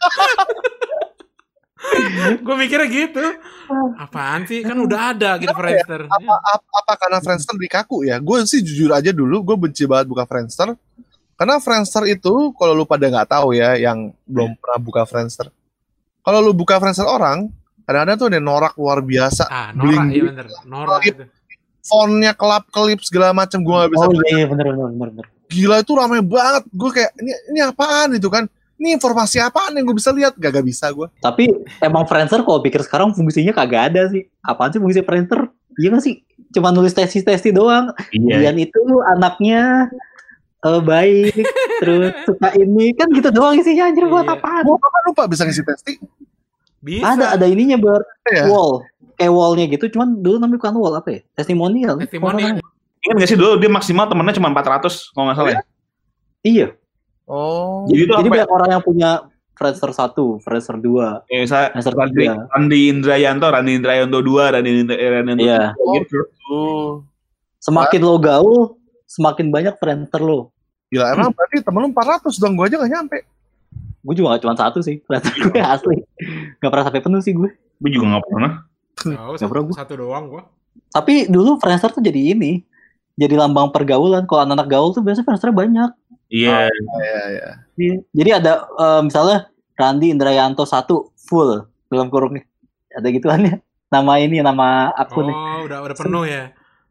Gue mikirnya gitu. Apaan sih? Kan udah ada gitu Friendster. Apa, apa, apa karena Friendster lebih kaku ya? Gue sih jujur aja dulu, gue benci banget buka Friendster. Karena Friendster itu, kalau lu pada nggak tahu ya, yang belum pernah buka Friendster. Kalau lu buka Friendster orang, kadang-kadang tuh ada norak luar biasa. Ah, Nora, iya bener. Nora gitu. Fontnya kelap-kelip segala macam, gue nggak bisa. Oh iya bener bener bener. bener. Gila itu ramai banget. Gue kayak, ini ini apaan itu kan? Ini informasi apaan yang gue bisa lihat? Gak, gak bisa gue. Tapi emang Friendster kalau pikir sekarang fungsinya kagak ada sih. Apaan sih fungsi Friendster? Iya gak sih? Cuma nulis tesis-tesis doang. Iya. Dian itu anaknya eh, baik, terus suka ini kan gitu doang isinya anjir buat Iya. apaan? Gue apa lupa bisa ngisi testing. Bisa. Ada ada ininya ber Ya. wall, kayak wallnya gitu, cuman dulu namanya bukan wall apa ya? Testimonial. Testimonial. Ingat gak sih dulu dia maksimal temennya cuma empat ratus kalau nggak salah ya? Iya. Oh. Jadi itu Jadi apa ya? banyak orang yang punya Friendster satu, Friendster dua, Kayak misalnya Friendster Randi, tiga. Randi Indrayanto, Randi Indrayanto dua, Randi Indra- Indrayanto Iya. tiga, gitu. Oh. Semakin lo gaul, semakin banyak Friendster lo. Gila, emang berarti temen lu empat ratus dong, gue aja gak nyampe. Gue juga gak cuma satu sih, Friendster gue asli. Gak pernah sampai penuh sih gue. Gue juga nggak pernah. Oh, Nggak pernah satu, gua. satu doang gua. Tapi dulu Friendster tuh jadi ini, jadi lambang pergaulan. Kalau anak-anak gaul tuh biasanya Friendster banyak. Iya. Iya, iya. Iya. Jadi ada eh, misalnya Randi Indrayanto satu full dalam kurungnya. Ada gituannya. Nama ini, nama akunnya. Oh, udah udah penuh ya.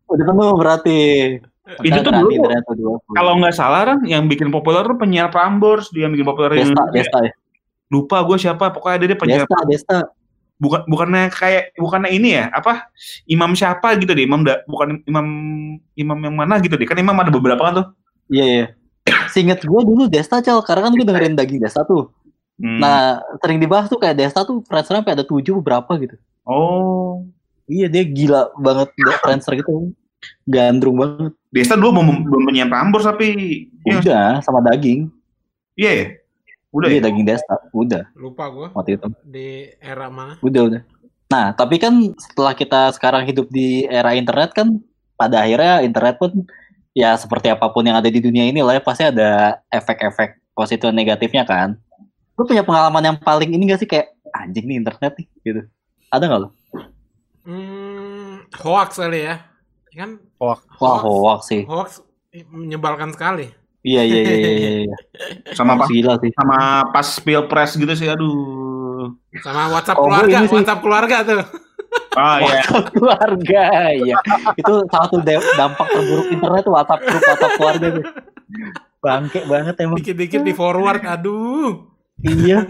Udah penuh berarti. Itu tuh dulu internet tuh dua puluh. kalau nggak salah kan yang bikin populer tuh penyiar Prambors, dia yang bikin populer Desta, Indonesia. Desta ya. Lupa gue siapa, pokoknya ada dia penyiar. Desta, Desta. Bukan bukannya kayak bukannya ini ya, apa? Imam siapa gitu deh, Imam da, bukan imam imam yang mana gitu deh. Kan imam ada beberapa kan tuh. Iya, iya. Seinget gue dulu Desta, Cal, karena kan gue dengerin Daging Desta tuh. Hmm. Nah, sering dibahas tuh kayak Desta tuh Friendster sampai ada tujuh berapa gitu. Oh. Iya, dia gila banget Friendster gitu. Gandrung banget. Desta dulu belum belum penyiar Prambors tapi udah sama Daging. Iya ya. Udah iya, ya? Daging Desta, udah. Lupa gue. Waktu itu. Di era mana? Udah, udah. Nah, tapi kan setelah kita sekarang hidup di era internet kan, pada akhirnya internet pun ya seperti apapun yang ada di dunia ini lah ya, pasti ada efek-efek positif dan negatifnya kan. Lu punya pengalaman yang paling ini gak sih kayak anjing nih internet nih gitu? Ada gak lo? Hmm, hoax kali ya. Kan? Hoax. Wah, hoax sih. Hoax menyebalkan sekali. Iya, iya, iya, iya, iya. Sama pas gila sih. Sama pas pilpres gitu sih, aduh. Sama WhatsApp Oh, keluarga, WhatsApp keluarga tuh. Ah iya. WhatsApp keluarga, iya. Itu salah satu dampak terburuk internet tuh WhatsApp grup WhatsApp keluarga tuh. Bangke banget emang. Dikit-dikit di forward, aduh. Iya.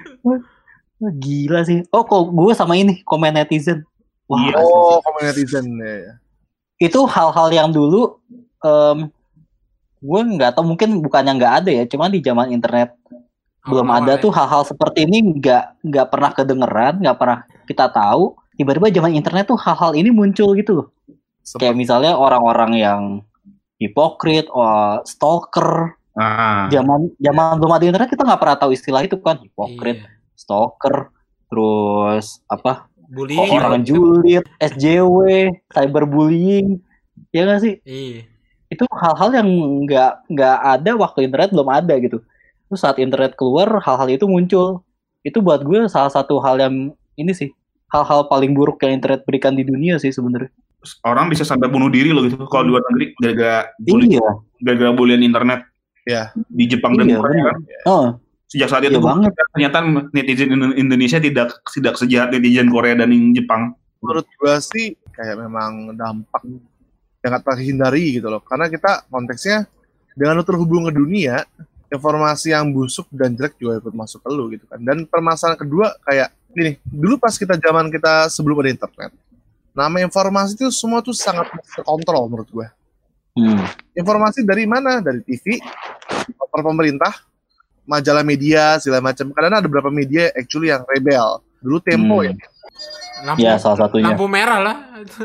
Gila sih. Oh, kok gue sama ini komen netizen. Wah, iya. Oh, komen netizen ya. Itu hal-hal yang dulu um, gue nggak tahu, mungkin bukannya nggak ada ya, cuman di zaman internet oh, belum ada ya. Tuh hal-hal seperti ini nggak nggak pernah kedengeran, nggak pernah kita tahu. Tiba-tiba zaman internet tuh hal-hal ini muncul gitu. Seperti... Kayak misalnya orang-orang yang hipokrit, oh, stalker. Ah. Zaman zaman belum ada internet kita nggak pernah tahu istilah itu kan, hipokrit, iya. Stalker, terus apa? Bullying, orang julid, S J W, cyberbullying, ya nggak sih? Iya. Itu hal-hal yang nggak nggak ada waktu internet belum ada gitu. Terus saat internet keluar hal-hal itu muncul. Itu buat gue salah satu hal yang ini sih, hal-hal paling buruk yang internet berikan di dunia sih sebenarnya. Orang bisa sampai bunuh diri loh gitu kalau di luar negeri gara-gara bullying, iya. gara-gara bullying internet. Ya. Di Jepang dan iya, Korea kan. Oh. Sejak saat itu iya ternyata netizen Indonesia tidak tidak sejahat netizen Korea dan Jepang. Menurut gue sih kayak memang dampak yang tak terhindari gitu loh. Karena kita konteksnya dengan lu terhubung ke dunia, informasi yang busuk dan jelek juga ikut masuk ke lu gitu kan. Dan permasalahan kedua kayak gini, dulu pas kita zaman kita sebelum ada internet, nama informasi itu semua tuh sangat terkontrol menurut gue. Hmm. Informasi dari mana? Dari T V, pemerintah, majalah media, segala macam. Karena ada beberapa media actually yang rebel. Dulu Tempo hmm. ya. Lampu, ya salah satunya. Lampu merah lah.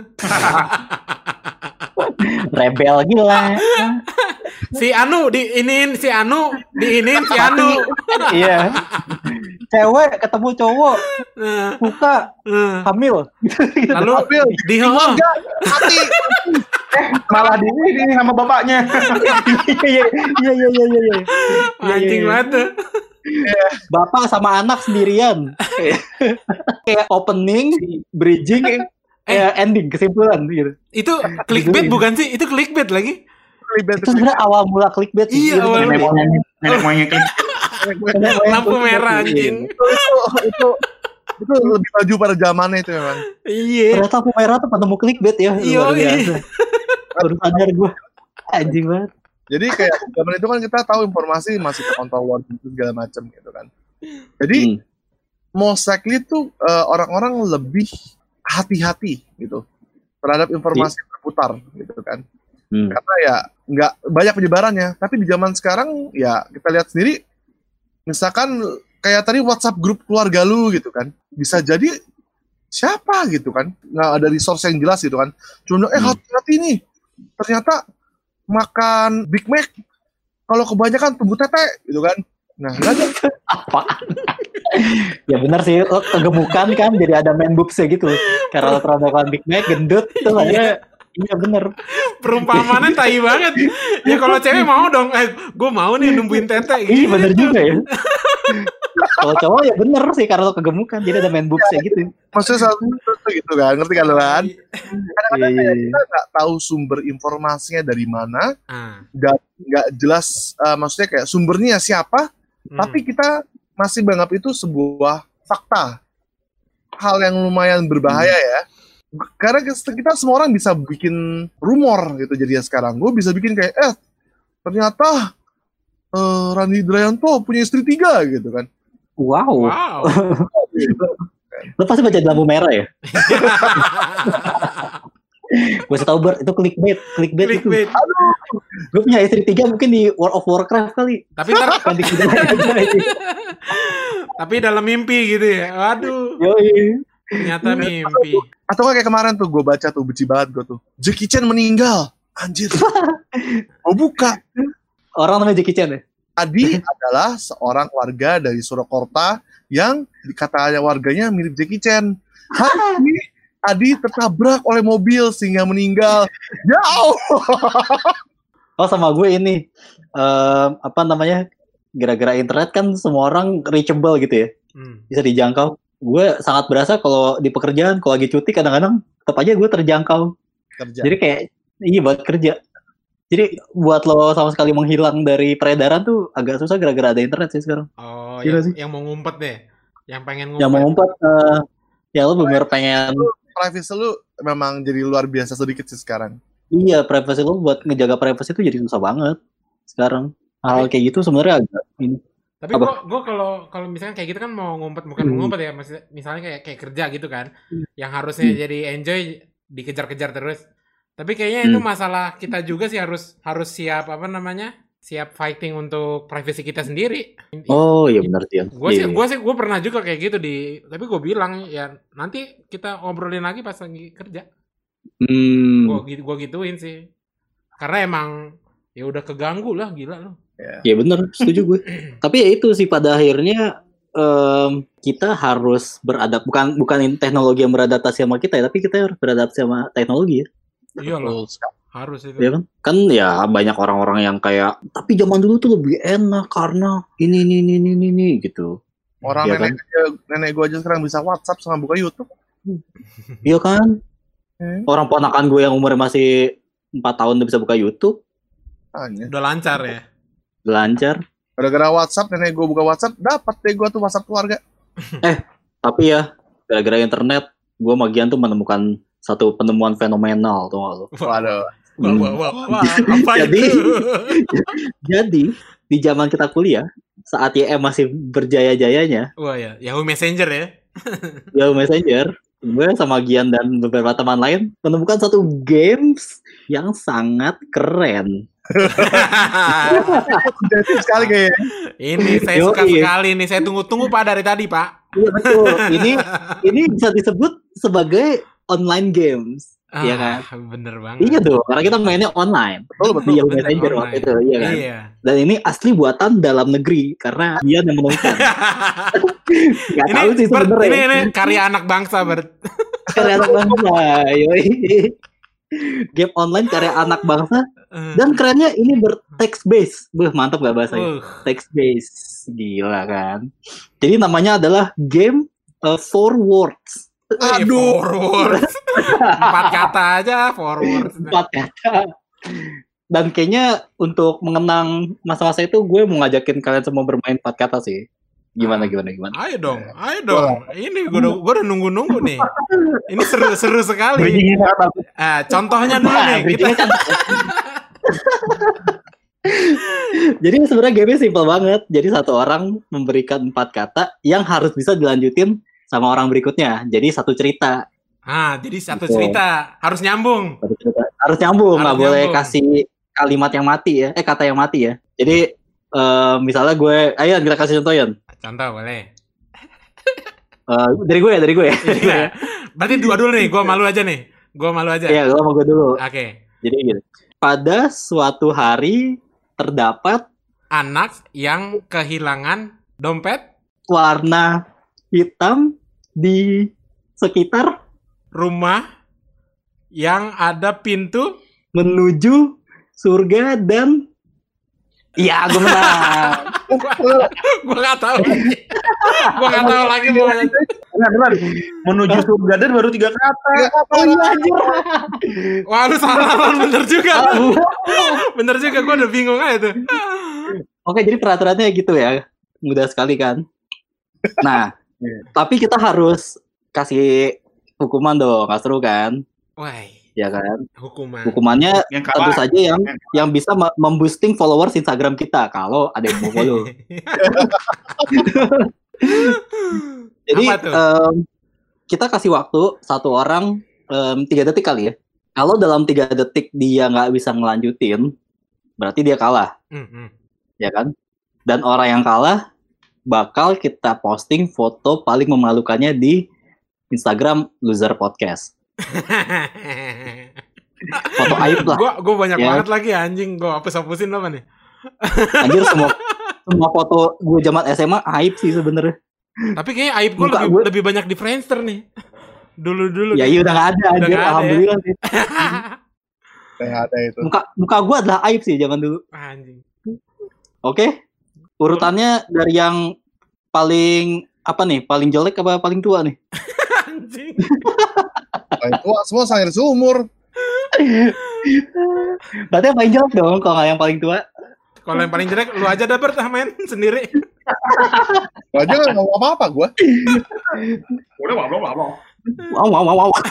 Rebel gila. Si Anu diinin, si Anu diinin, si Anu. Iya. Cewek ketemu cowok, suka, hamil. Lalu hamil. Di oh. Mati. Eh, malah di ini sama bapaknya. Iya, iya, iya, iya, iya. Anjing banget. Bapak sama anak sendirian. Kayak opening, bridging, eh, ending, kesimpulan gitu. Itu clickbait bukan sih? Itu clickbait lagi. Clickbait. Itu sebenarnya awal mula clickbait. Iya, awal mula. Nenek moyangnya klik. Lampu merah anjing. Itu, itu, itu, itu lebih maju pada zamannya itu memang. Iya. Ternyata lampu merah tuh pada mau clickbait ya. Iya. Baru sadar gue. Anjing banget. Jadi kayak zaman itu kan kita tahu informasi masih terkontrol luar biasa segala macam gitu kan. Jadi hmm. most likely tuh uh, orang-orang lebih hati-hati gitu terhadap informasi yang berputar gitu kan. Hmm. Karena ya nggak banyak penyebarannya. Tapi di zaman sekarang ya kita lihat sendiri, misalkan kayak tadi WhatsApp grup keluarga lu gitu kan, bisa jadi siapa gitu kan, nggak ada resource yang jelas gitu kan. Cuma eh hmm. hati-hati nih, ternyata makan Big Mac kalau kebanyakan tumbuh tete gitu kan. Nah, nggak ada apa? Ya benar sih, lo kegemukan kan, jadi ada man boobs-nya gitu. Karena lo terlalu makan Big Mac, gendut, tuh akhirnya iya bener. Perumpamannya tai banget. Ya kalau cewek mau dong, eh, gue mau nih numbuhin tete. Gitu. Iya bener juga ya. Kalau cowok ya bener sih, karena lo kegemukan, jadi ada man boobs-nya gitu. Maksudnya satu gitu kan, ngerti kan lo kan? Kadang-kadang yeah. kita nggak tahu sumber informasinya dari mana, nggak hmm. nggak jelas, uh, maksudnya kayak sumbernya siapa, hmm. tapi kita masih menganggap itu sebuah fakta, hal yang lumayan berbahaya hmm. ya. Karena kita semua orang bisa bikin rumor gitu jadinya sekarang. Gue bisa bikin kayak, eh ternyata uh, Randy Drayanto punya istri tiga gitu kan. Wow. Wow. Lo pasti baca lampu merah ya? Gue sih tau ber, itu clickbait, clickbait, Clickbait. itu. Aduh, gue punya istri tiga mungkin di World of Warcraft kali. Tapi ntar tapi dalam mimpi gitu ya. Waduh. Yoi. Ternyata mimpi. Atau kayak kemarin tuh gue baca tuh, benci banget gue tuh. Jackie Chan meninggal. Anjir. Gue buka. Orang namanya Jackie Chan ya? Adi adalah seorang warga dari Surakarta yang dikatakan warganya mirip Jackie Chan. Tapi Adi tertabrak oleh mobil sehingga meninggal. Ya Allah. Oh sama gue ini. Um, apa namanya? Gara-gara internet kan semua orang reachable gitu ya. Hmm. Bisa dijangkau. Gue sangat berasa kalau di pekerjaan, kalau lagi cuti kadang-kadang tetap aja gue terjangkau. Kerja. Jadi kayak, iya buat kerja. Jadi buat lo sama sekali menghilang dari peredaran tuh agak susah gara-gara ada internet sih sekarang. Oh, Gila yang, sih. yang mau ngumpet deh. Yang pengen ngumpet. Yang mau ngumpet, uh, ya lo bener pengen, Privacy lu memang jadi luar biasa sedikit sih sekarang. iya privasi lo buat ngejaga privasi itu jadi susah banget sekarang. Hal Tapi- kayak gitu sebenarnya agak ini. Tapi Apa? gue gue kalau kalau misalnya kayak gitu kan mau ngumpet bukan Hmm. mau ngumpet ya, maksudnya misalnya kayak kayak kerja gitu kan, Hmm. yang harusnya Hmm. jadi enjoy dikejar-kejar terus. Tapi kayaknya itu Hmm. masalah kita juga sih harus harus siap apa namanya siap fighting untuk privasi kita sendiri. Oh iya benar sih. Gue sih Iya. gue sih gue pernah juga kayak gitu di, tapi gue bilang ya nanti kita ngobrolin lagi pas lagi kerja. Hmm. Gue gitu gue gituin sih. Karena emang ya udah keganggu lah, gila loh. Ya benar, setuju gue. Tapi ya itu sih pada akhirnya em, kita harus beradap bukan bukan teknologi yang beradaptasi sama kita ya, tapi kita harus beradaptasi sama teknologi ya. Iya loh, Betul sekali. harus itu. Ya kan? Kan ya banyak orang-orang yang kayak tapi zaman dulu tuh lebih enak karena ini ini ini ini, ini gitu. Orang Iya nenek aja, nenek gue aja sekarang bisa WhatsApp sama buka YouTube. Iya kan? Hmm. Orang ponakan gue yang umurnya masih empat tahun udah bisa buka YouTube, Hanya. Udah lancar ya. lancar. Gara-gara WhatsApp, nenek gue buka WhatsApp, dapat deh gue tuh WhatsApp keluarga. Tapi ya gara-gara internet gue magian tuh menemukan satu penemuan fenomenal tuh nggak lo? Waduh. Wah, wah, wah, wah, apa Jadi- itu? Jadi di zaman kita kuliah saat Y M masih berjaya-jayanya, Wah ya, Yahoo Messenger ya. Yahoo Messenger, gue sama Gian dan beberapa teman lain menemukan satu games yang sangat keren. Jadi sekali kayaknya. Ini saya Yoi. suka sekali nih. Saya tunggu-tunggu Pak dari tadi, Pak. Iya betul. Ini ini bisa disebut sebagai online games. Iya kan? Ah, bener banget. Iya tuh, karena kita mainnya online. Betul, betul. Di Yahoo Bener, Messenger online. waktu itu, iya kan? Iya. Dan ini asli buatan dalam negeri karena dia yang menemukan. Gak Ini, tahu sih Bert, sebenarnya. ini, ini karya anak bangsa, Bert. Karya anak bangsa, yoi. Game online karya anak bangsa Eh, dan kerennya ini bertext base. Beuh, mantap gak bahasanya? uh, Text base. Gila kan. Jadi namanya adalah game uh, four words. eh, Aduh. forward. Empat kata aja forward. Empat kata. Dan kayaknya untuk mengenang masa-masa itu gue mau ngajakin kalian semua bermain empat kata sih. Gimana gimana gimana. Ayo dong, ayo dong. Ini gue udah, gue udah nunggu-nunggu nih. Ini seru-seru sekali. Bridging-nya sangat bagus. Ah, contohnya dulu Nah, nih. Kita, bridging-nya kan- Jadi sebenarnya game simple banget. Jadi satu orang memberikan empat kata yang harus bisa dilanjutin sama orang berikutnya. Jadi satu cerita. ah, jadi satu Betul. cerita harus nyambung. Satu cerita. Harus nyambung, Harus nggak boleh nyambung. kasih kalimat yang mati ya. Eh kata yang mati ya. Jadi eh, misalnya gue, ayo kita kasih contoh Yan. Contoh boleh. Eh, dari gue ya, dari gue ya. Iya. Berarti dua dulu nih. Gue malu aja nih. Gue malu aja. Iya, gue mau gue dulu. Oke. Jadi gini. Pada suatu hari terdapat Anak yang kehilangan dompet, warna hitam di sekitar rumah yang ada pintu. menuju surga dan iya gue menang. Gue nggak tahu lagi. Gue nggak tahu lagi mau. Benar, benar. Menuju surga dan baru tiga kata. Oh iya anjir. Wah lu salah bener juga. Bener juga. Gue udah bingung aja tuh. Oke, jadi peraturannya gitu ya. Mudah sekali kan. Nah, tapi kita harus kasih hukuman dong, nggak seru kan? Wah, Ya kan? hukuman. Hukumannya Yang tentu kalah. saja yang yang bisa me- memboosting followers Instagram kita kalau ada yang mau follow. Jadi Apa tuh? em, kita kasih waktu satu orang em, tiga detik kali ya. Kalau dalam tiga detik dia nggak bisa ngelanjutin, berarti dia kalah, Hmm, hmm. ya kan? Dan orang yang kalah bakal kita posting foto paling memalukannya di Instagram Loser Podcast. Foto aib lah. Gua gua banyak Ya. banget lagi anjing. Gua hapus-hapusin apa nih? Anjir semua semua foto gue zaman S M A aib sih sebenarnya. Tapi kayaknya aib gua Muka lebih gue- lebih banyak di Friendster nih. Dulu-dulu. Ya iya udah nggak ada Udah anjir, nggak ada ya. alhamdulillah sih. Kayak ada itu. Muka muka gue adalah aib sih zaman dulu. Anjing. Oke. Urutannya dari yang paling apa nih? Paling jelek apa paling tua nih? Anjing. Paling tua semua sayur seumur. Berarti yang paling jelek dong kalau nggak yang paling tua. Kalau yang paling jelek lu aja dah Bert, ah, main sendiri. Gua aja nggak ngomong apa-apa gue. Udah, belum, belum, belum. Wow wow wow wow.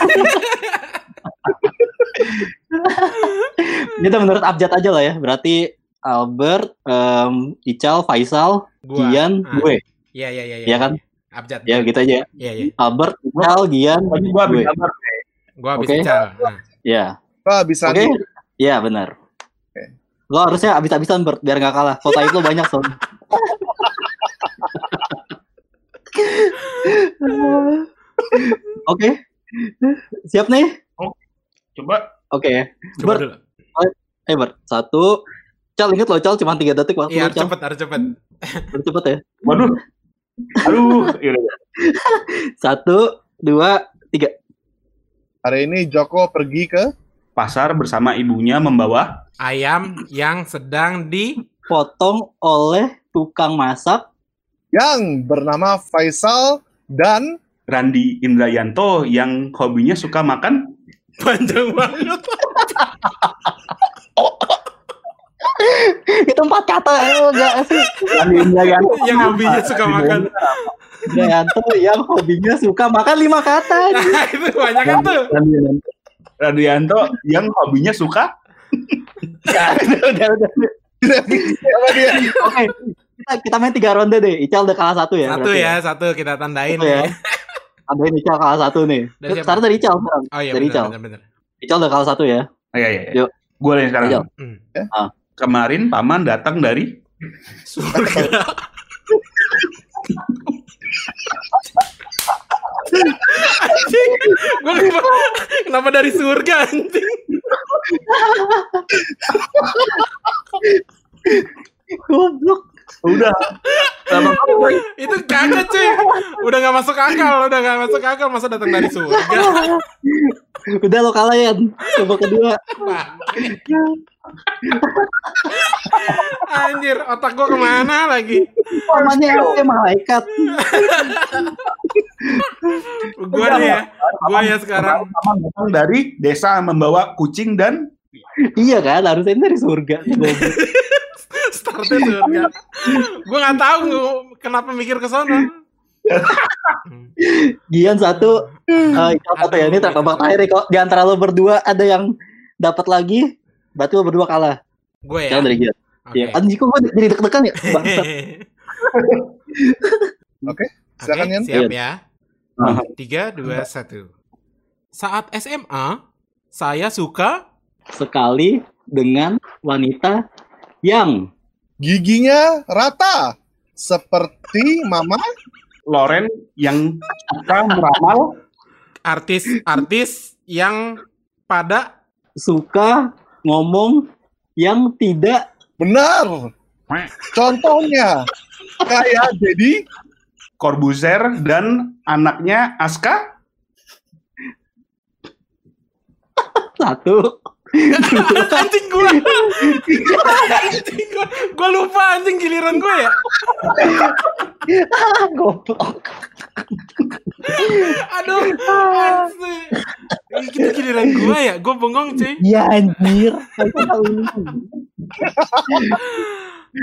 Kita menurut abjad aja lah ya. Berarti Albert, em, Ical, Faisal, Gua. Gian, Ah. gue. Iya iya iya iya. Iya kan? Abjad. Ya gitu aja. Iya iya. Albert, Ical, Gian, Pokoknya gua habis gue. gambar. Gua habis Oke. ical. Nah. Ya. Gua bisa Oke. nih. Iya benar. Oke. Lo harusnya abis-abisan Bert, biar nggak kalah. Foto itu banyak soalnya. Oke. Siap nih? Coba. Oke. Coba Bert, dulu. eh Bert. Satu. Cal, inget loh Cal, cuma tiga detik waktu Iya, lo harus Cal. cepet, harus cepet. Harus cepet ya. Waduh. Aduh. Iya, iya. Satu, dua, tiga. Hari ini Joko pergi ke Pasar bersama ibunya membawa Ayam yang sedang di Potong oleh tukang masak. yang bernama Faisal dan Randi Indrayanto yang hobinya suka makan. panjang banget. Itu empat kata ya, enggak sih? Andi Indrayanto. Yang hobinya suka makan. Indrayanto yang hobinya suka makan lima kata. Nah, itu banyak kan tuh. Andi Indrayanto. Randianto yang hobinya suka. Ya, udah, udah, udah. apa dia? Oke, kita, kita main tiga ronde deh. Ical udah kalah satu ya. Satu berarti ya, satu kita tandain Satu ya. ya. Tandain Ical kalah satu nih. Dari siapa? Sekarang dari Ical sekarang. Oh iya Dari benar Ical. benar benar. Ical udah kalah satu ya. Oh, iya, iya. Yuk. Gue nih sekarang. Ayo. Hmm. Ah. Kemarin paman datang dari Surga. Anjing, gua kenapa, kenapa dari surga anjing? Goblok. udah. Itu kagak cuy. Udah gak masuk akal, udah gak masuk akal masa datang dari surga. Udah lo kalah ya. Coba kedua. Anjir, otak gua kemana lagi? Namanya apa malaikat? Gua nih ya, gua ya sekarang. Paman datang dari desa membawa kucing dan Iya kan, harusnya ini dari surga. Startnya surga. Gua nggak tahu gua kenapa mikir ke sono. Gian satu, uh, Ical satu ya. Ini terbabak terakhir nih. Kok di antara lo berdua ada yang dapat lagi, berarti lo berdua kalah. Gue ya. Jangan dari Gian. Oke. Ya, anjing kok gue jadi deg-degan ya? Bangsat. Oke, silakan Oke, Yan. siap ya. Ah. Tiga, dua, satu. Saat S M A, saya suka Sekali dengan wanita yang Giginya rata seperti Mama Loren yang suka meramal artis-artis yang pada suka ngomong yang tidak benar. Contohnya kayak Dedi Corbuzier dan anaknya Aska. satu. anjing gue. Anjing gue. Gue lupa anjing giliran gue ya. Goblok. Aduh. Anjing. Itu giliran gue ya. Gue bengong cuy. Ya anjir.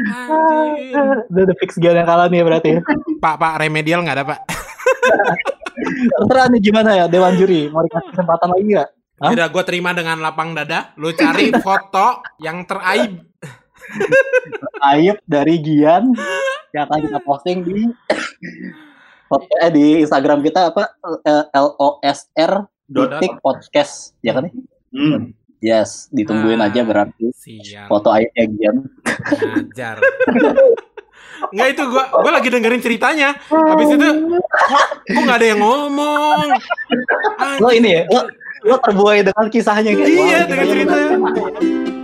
Anjing. Udah, udah fix Gian yang kalah nih berarti ya. Pak, Pak, remedial nggak ada Pak? Terserah nih gimana ya Dewan Juri, mau dikasih kesempatan lagi nggak? Hah? Udah gue terima dengan lapang dada. Lu cari foto yang teraib. Aib dari Gian yang akan kita posting di eh, di Instagram kita apa L O S R titik podcast ya kan nih? Hmm. Yes, ditungguin Ah, aja berarti Siap. foto aibnya Gian. Ngajar. Enggak itu gua gua lagi dengerin ceritanya. Habis itu kok kok enggak ada yang ngomong. Lo ini ya, lo, lo terbuai dengan kisahnya gitu. Iya, Wah, dengan kisahnya ceritanya. menarik.